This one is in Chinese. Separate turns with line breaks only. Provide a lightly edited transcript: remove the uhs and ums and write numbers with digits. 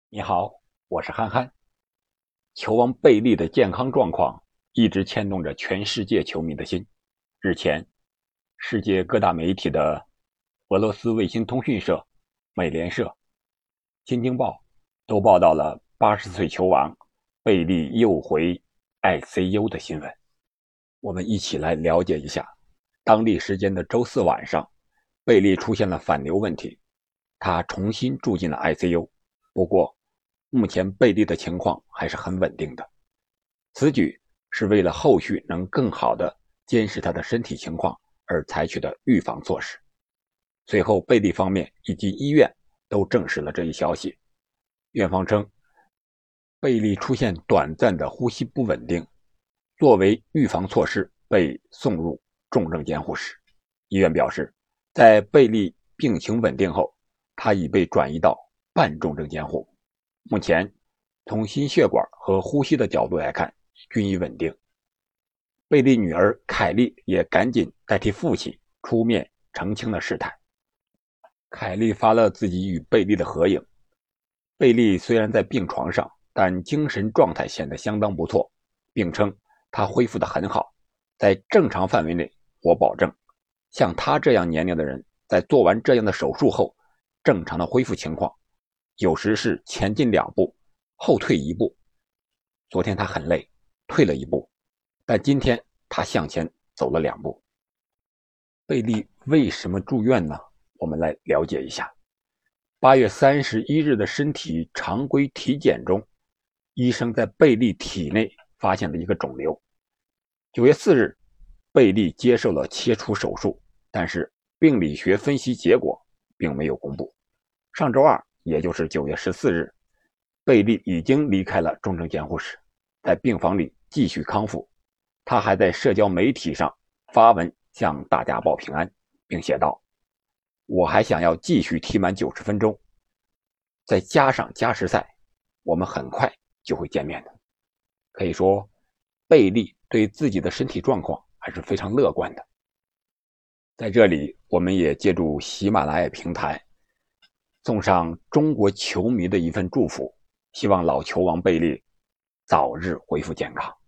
你好，我是憨憨。球王贝利的健康状况一直牵动着全世界球迷的心。日前，世界各大媒体的俄罗斯卫星通讯社、美联社、新京报都报道了80岁球王贝利又回 ICU 的新闻。我们一起来了解一下。当地时间的周四晚上，贝利出现了反流问题，他重新住进了 ICU。不过，目前贝利的情况还是很稳定的。此举是为了后续能更好的监视他的身体情况而采取的预防措施。随后，贝利方面以及医院都证实了这一消息。院方称，贝利出现短暂的呼吸不稳定，作为预防措施被送入重症监护室。医院表示，在贝利病情稳定后，他已被转移到半重症监护。目前，从心血管和呼吸的角度来看，均已稳定。贝利女儿凯莉也赶紧代替父亲出面澄清了事态。凯莉发了自己与贝利的合影。贝利虽然在病床上，但精神状态显得相当不错，并称他恢复得很好，在正常范围内，我保证，像他这样年龄的人，在做完这样的手术后，正常的恢复情况，有时是前进2步，后退1步。昨天他很累，退了1步，但今天他向前走了2步。贝利为什么住院呢？我们来了解一下。8月31日的身体常规体检中，医生在贝利体内发现了一个肿瘤。9月4日，贝利接受了切除手术，但是病理学分析结果并没有公布。上周二，也就是9月14日，贝利已经离开了重症监护室，在病房里继续康复。他还在社交媒体上发文向大家报平安，并写道：我还想要继续踢满90分钟，再加上加时赛，我们很快就会见面的。可以说，贝利对自己的身体状况还是非常乐观的。在这里，我们也借助喜马拉雅平台，送上中国球迷的一份祝福，希望老球王贝利早日恢复健康。